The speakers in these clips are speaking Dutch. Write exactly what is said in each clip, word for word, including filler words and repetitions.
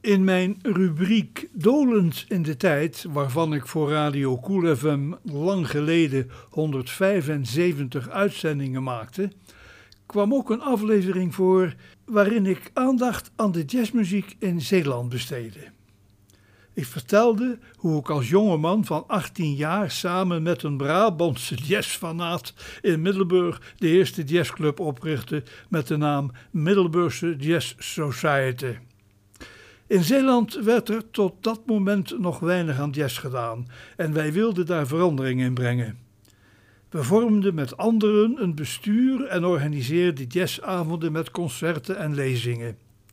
In mijn rubriek Dolend in de tijd, waarvan ik voor Radio Cool F M lang geleden honderdvijfenzeventig uitzendingen maakte, kwam ook een aflevering voor waarin ik aandacht aan de jazzmuziek in Zeeland besteedde. Ik vertelde hoe ik als jongeman van achttien jaar samen met een Brabantse jazzfanaat in Middelburg de eerste jazzclub oprichtte met de naam Middelburgse Jazz Society. In Zeeland werd er tot dat moment nog weinig aan jazz gedaan en wij wilden daar verandering in brengen. We vormden met anderen een bestuur en organiseerden jazzavonden met concerten en lezingen.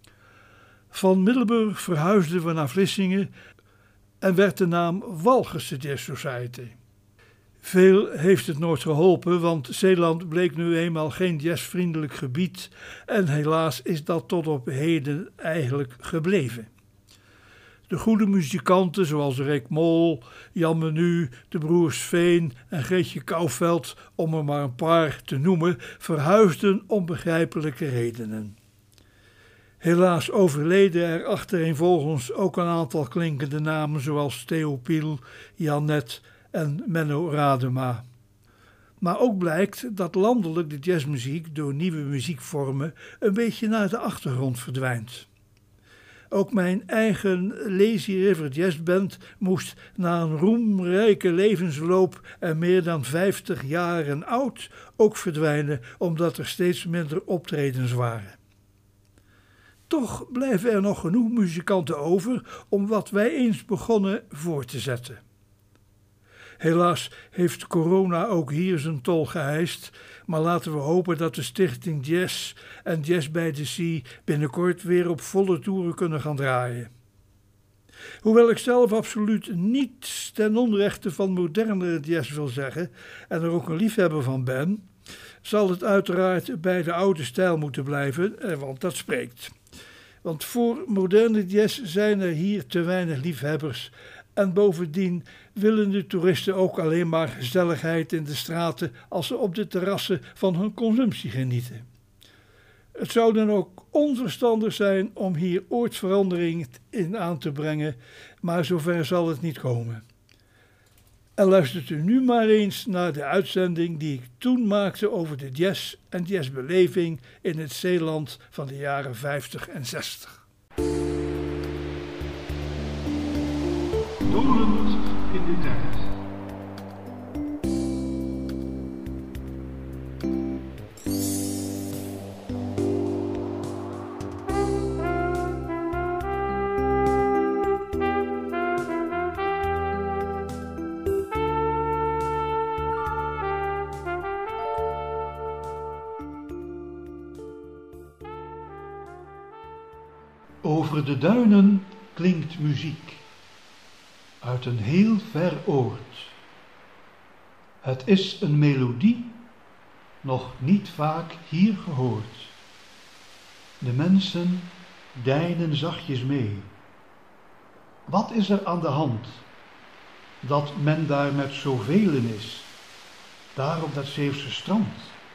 Van Middelburg verhuisden we naar Vlissingen en werd de naam Walcherse Jazz Society. Veel heeft het nooit geholpen, want Zeeland bleek nu eenmaal geen jazzvriendelijk gebied en helaas is dat tot op heden eigenlijk gebleven. De goede muzikanten zoals Rick Mol, Jan Menu, de broers Veen en Greetje Kouwveld, om er maar een paar te noemen, verhuisden om begrijpelijke redenen. Helaas overleden er achtereenvolgens ook een aantal klinkende namen zoals Theo Piel, Jan Net en Menno Radema. Maar ook blijkt dat landelijk de jazzmuziek door nieuwe muziekvormen een beetje naar de achtergrond verdwijnt. Ook mijn eigen Lazy River Jazz Band moest na een roemrijke levensloop en meer dan vijftig jaren oud ook verdwijnen omdat er steeds minder optredens waren. Toch blijven er nog genoeg muzikanten over om wat wij eens begonnen voor te zetten. Helaas heeft corona ook hier zijn tol geëist, maar laten we hopen dat de Stichting Jazz en Jazz by the Sea binnenkort weer op volle toeren kunnen gaan draaien. Hoewel ik zelf absoluut niets ten onrechte van modernere jazz wil zeggen en er ook een liefhebber van ben, zal het uiteraard bij de oude stijl moeten blijven, want dat spreekt. Want voor moderne jazz zijn er hier te weinig liefhebbers en bovendien willen de toeristen ook alleen maar gezelligheid in de straten als ze op de terrassen van hun consumptie genieten. Het zou dan ook onverstandig zijn om hier ooit verandering in aan te brengen, maar zover zal het niet komen. En luistert u nu maar eens naar de uitzending die ik toen maakte over de jazz en jazzbeleving in het Zeeland van de jaren vijftig en zestig. Dolend in de tijd. Over de duinen klinkt muziek uit een heel ver oord. Het is een melodie, nog niet vaak hier gehoord. De mensen deinen zachtjes mee. Wat is er aan de hand, dat men daar met zovelen is, daar op dat Zeeuwse strand?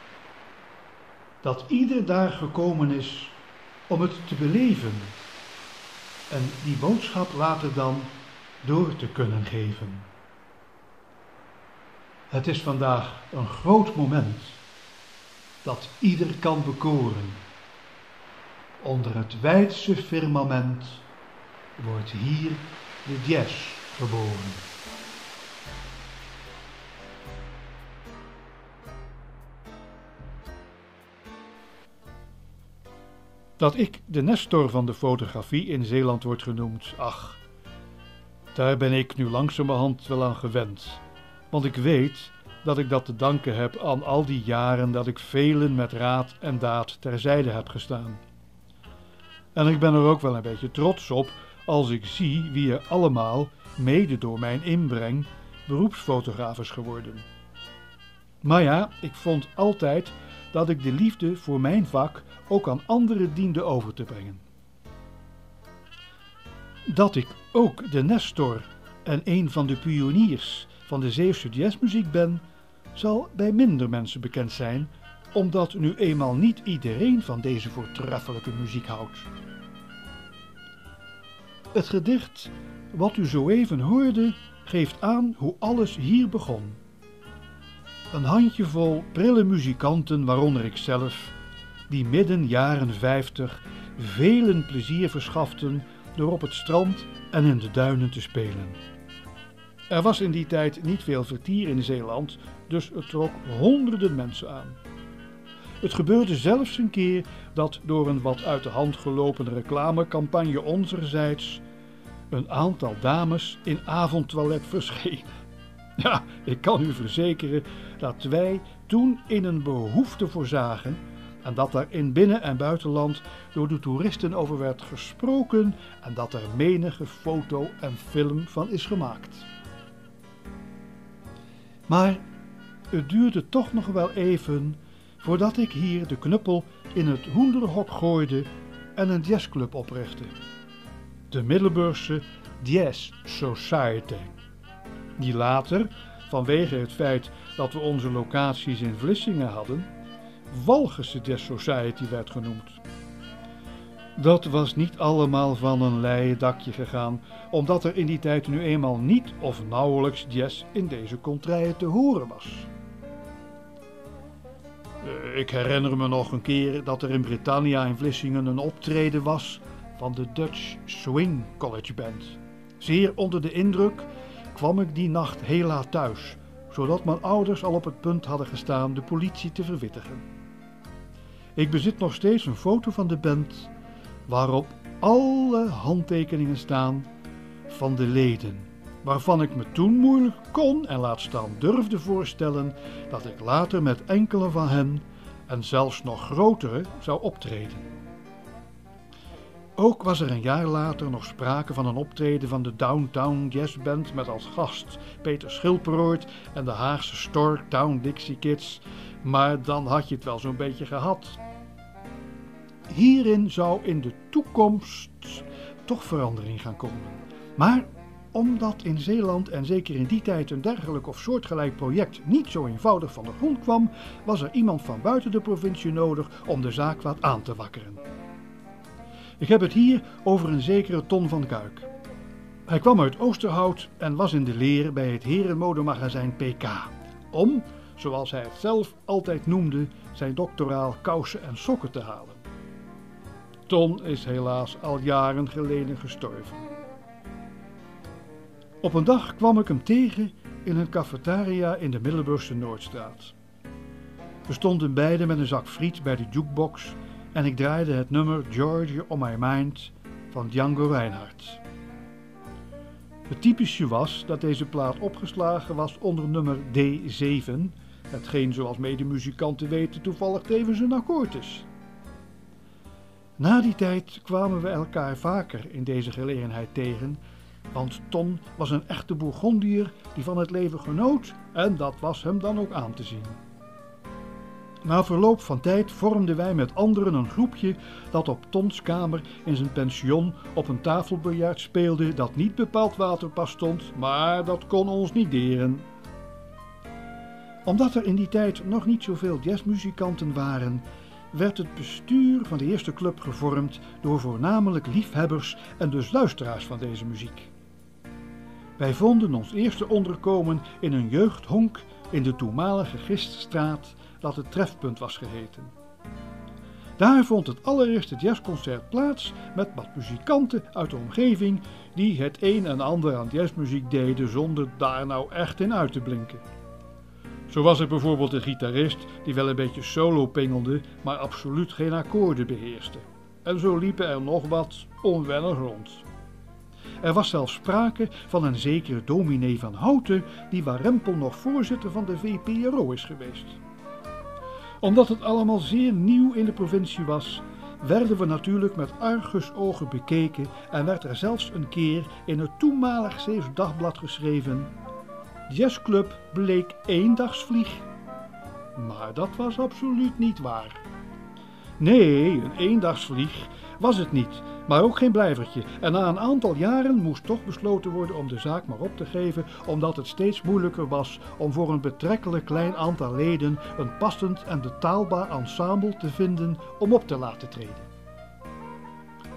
Dat ieder daar gekomen is om het te beleven en die boodschap later dan door te kunnen geven. Het is vandaag een groot moment dat ieder kan bekoren. Onder het wijdse firmament wordt hier de jazz geboren. Dat ik de Nestor van de fotografie in Zeeland wordt genoemd, ach, daar ben ik nu langzamerhand wel aan gewend. Want ik weet dat ik dat te danken heb aan al die jaren dat ik velen met raad en daad terzijde heb gestaan. En ik ben er ook wel een beetje trots op als ik zie wie er allemaal, mede door mijn inbreng, beroepsfotograaf is geworden. Maar ja, ik vond altijd dat ik de liefde voor mijn vak ook aan anderen diende over te brengen. Dat ik ook de Nestor en een van de pioniers van de Zeeuwse jazzmuziek ben, zal bij minder mensen bekend zijn, omdat nu eenmaal niet iedereen van deze voortreffelijke muziek houdt. Het gedicht wat u zo even hoorde geeft aan hoe alles hier begon. Een handjevol prille muzikanten, waaronder ikzelf, die midden jaren vijftig velen plezier verschaften door op het strand en in de duinen te spelen. Er was in die tijd niet veel vertier in Zeeland, dus het trok honderden mensen aan. Het gebeurde zelfs een keer dat door een wat uit de hand gelopen reclamecampagne onzerzijds een aantal dames in avondtoilet verschenen. Ja, ik kan u verzekeren dat wij toen in een behoefte voorzagen en dat er in binnen- en buitenland door de toeristen over werd gesproken en dat er menige foto en film van is gemaakt. Maar het duurde toch nog wel even voordat ik hier de knuppel in het hoenderhok gooide en een jazzclub oprichtte. De Middelburgse Jazz Society, die later, vanwege het feit dat we onze locaties in Vlissingen hadden, Walchelse Jazz Society werd genoemd. Dat was niet allemaal van een leien dakje gegaan, omdat er in die tijd nu eenmaal niet of nauwelijks jazz in deze contraien te horen was. Ik herinner me nog een keer dat er in Britannia in Vlissingen een optreden was van de Dutch Swing College Band. Zeer onder de indruk kwam ik die nacht heel laat thuis, zodat mijn ouders al op het punt hadden gestaan de politie te verwittigen. Ik bezit nog steeds een foto van de band waarop alle handtekeningen staan van de leden, waarvan ik me toen moeilijk kon en laat staan durfde voorstellen dat ik later met enkele van hen en zelfs nog grotere zou optreden. Ook was er een jaar later nog sprake van een optreden van de Downtown Jazz Band met als gast Peter Schilperoort en de Haagse Stork Town Dixie Kids, maar dan had je het wel zo'n beetje gehad. Hierin zou in de toekomst toch verandering gaan komen. Maar omdat in Zeeland en zeker in die tijd een dergelijk of soortgelijk project niet zo eenvoudig van de grond kwam, was er iemand van buiten de provincie nodig om de zaak wat aan te wakkeren. Ik heb het hier over een zekere Ton van Kuik. Hij kwam uit Oosterhout en was in de leer bij het herenmodemagazijn P K, om, zoals hij het zelf altijd noemde, zijn doctoraal kousen en sokken te halen. Ton is helaas al jaren geleden gestorven. Op een dag kwam ik hem tegen in een cafetaria in de Middelburgse Noordstraat. We stonden beiden met een zak friet bij de jukebox en ik draaide het nummer Georgia on My Mind van Django Reinhardt. Het typische was dat deze plaat opgeslagen was onder nummer D zeven, hetgeen zoals medemuzikanten weten toevallig tevens een akkoord is. Na die tijd kwamen we elkaar vaker in deze gelegenheid tegen, want Ton was een echte Bourgondier die van het leven genoot en dat was hem dan ook aan te zien. Na verloop van tijd vormden wij met anderen een groepje dat op Tons kamer in zijn pension op een tafelbiljart speelde dat niet bepaald waterpas stond, maar dat kon ons niet deren. Omdat er in die tijd nog niet zoveel jazzmuzikanten waren, werd het bestuur van de eerste club gevormd door voornamelijk liefhebbers en dus luisteraars van deze muziek. Wij vonden ons eerste onderkomen in een jeugdhonk in de toenmalige Giststraat dat het Trefpunt was geheten. Daar vond het allereerste jazzconcert plaats met wat muzikanten uit de omgeving die het een en ander aan jazzmuziek deden zonder daar nou echt in uit te blinken. Zo was er bijvoorbeeld een gitarist die wel een beetje solo pingelde, maar absoluut geen akkoorden beheerste. En zo liepen er nog wat onwennig rond. Er was zelfs sprake van een zekere dominee van Houten die Warempel nog voorzitter van de V P R O is geweest. Omdat het allemaal zeer nieuw in de provincie was, werden we natuurlijk met argusogen bekeken en werd er zelfs een keer in het toenmalig Zeeuws Dagblad geschreven: Jazzclub bleek eendagsvlieg. Maar dat was absoluut niet waar. Nee, een eendagsvlieg was het niet, maar ook geen blijvertje. En na een aantal jaren moest toch besloten worden om de zaak maar op te geven, omdat het steeds moeilijker was om voor een betrekkelijk klein aantal leden een passend en betaalbaar ensemble te vinden om op te laten treden.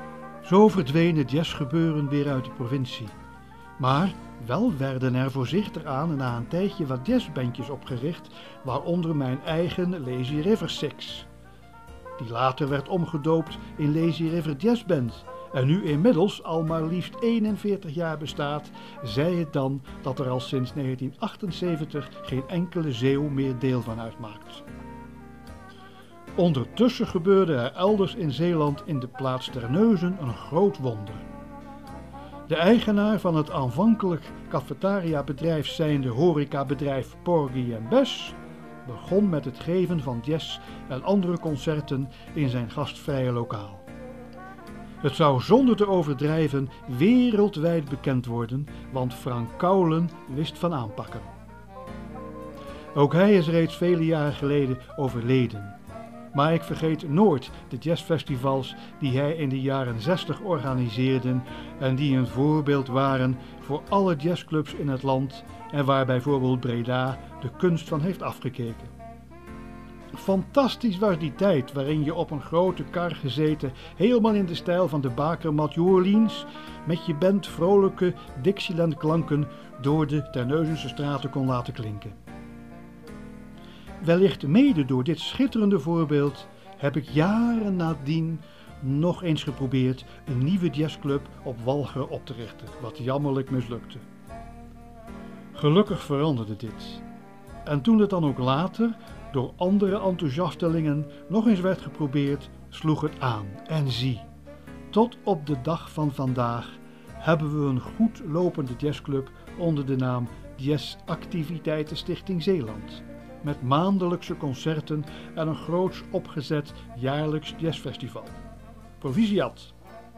Zo verdween het jazzgebeuren weer uit de provincie. Maar wel werden er voorzichtig aan na een tijdje wat jazzbandjes opgericht, waaronder mijn eigen Lazy River Six. Die later werd omgedoopt in Lazy River Jazz Band en nu inmiddels al maar liefst eenenveertig jaar bestaat, zei het dan dat er al sinds negentien achtenzeventig geen enkele Zeeuw meer deel van uitmaakt. Ondertussen gebeurde er elders in Zeeland in de plaats Terneuzen een groot wonder. De eigenaar van het aanvankelijk cafetariabedrijf zijnde horecabedrijf Porgy en Bess begon met het geven van jazz en andere concerten in zijn gastvrije lokaal. Het zou zonder te overdrijven wereldwijd bekend worden, want Frank Cowlen wist van aanpakken. Ook hij is reeds vele jaren geleden overleden. Maar ik vergeet nooit de jazzfestivals die hij in de jaren zestig organiseerde en die een voorbeeld waren voor alle jazzclubs in het land en waar bijvoorbeeld Breda de kunst van heeft afgekeken. Fantastisch was die tijd waarin je op een grote kar gezeten, helemaal in de stijl van de Bakermat New Orleans, met je band vrolijke Dixieland klanken door de Terneuzense straten kon laten klinken. Wellicht mede door dit schitterende voorbeeld heb ik jaren nadien nog eens geprobeerd een nieuwe jazzclub op Walcheren op te richten, wat jammerlijk mislukte. Gelukkig veranderde dit. En toen het dan ook later door andere enthousiastelingen nog eens werd geprobeerd, sloeg het aan. En zie, tot op de dag van vandaag hebben we een goed lopende jazzclub onder de naam Jazzactiviteiten Stichting Zeeland. Met maandelijkse concerten en een groots opgezet jaarlijks jazzfestival. Proficiat.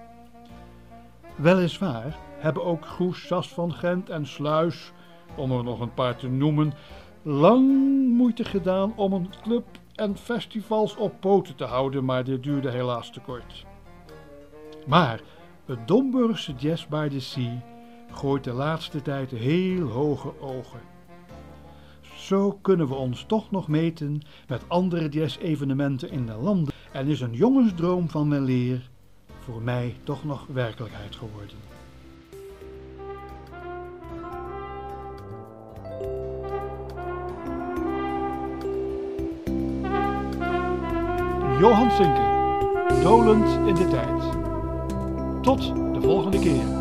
Weliswaar hebben ook Goes, Sas van Gent en Sluis, om er nog een paar te noemen, lang moeite gedaan om een club en festivals op poten te houden, maar dit duurde helaas te kort. Maar het Domburgse Jazz by the Sea gooit de laatste tijd heel hoge ogen. Zo kunnen we ons toch nog meten met andere jazz-evenementen in de landen en is een jongensdroom van weleer voor mij toch nog werkelijkheid geworden. Johan Sinke, dolend in de tijd. Tot de volgende keer.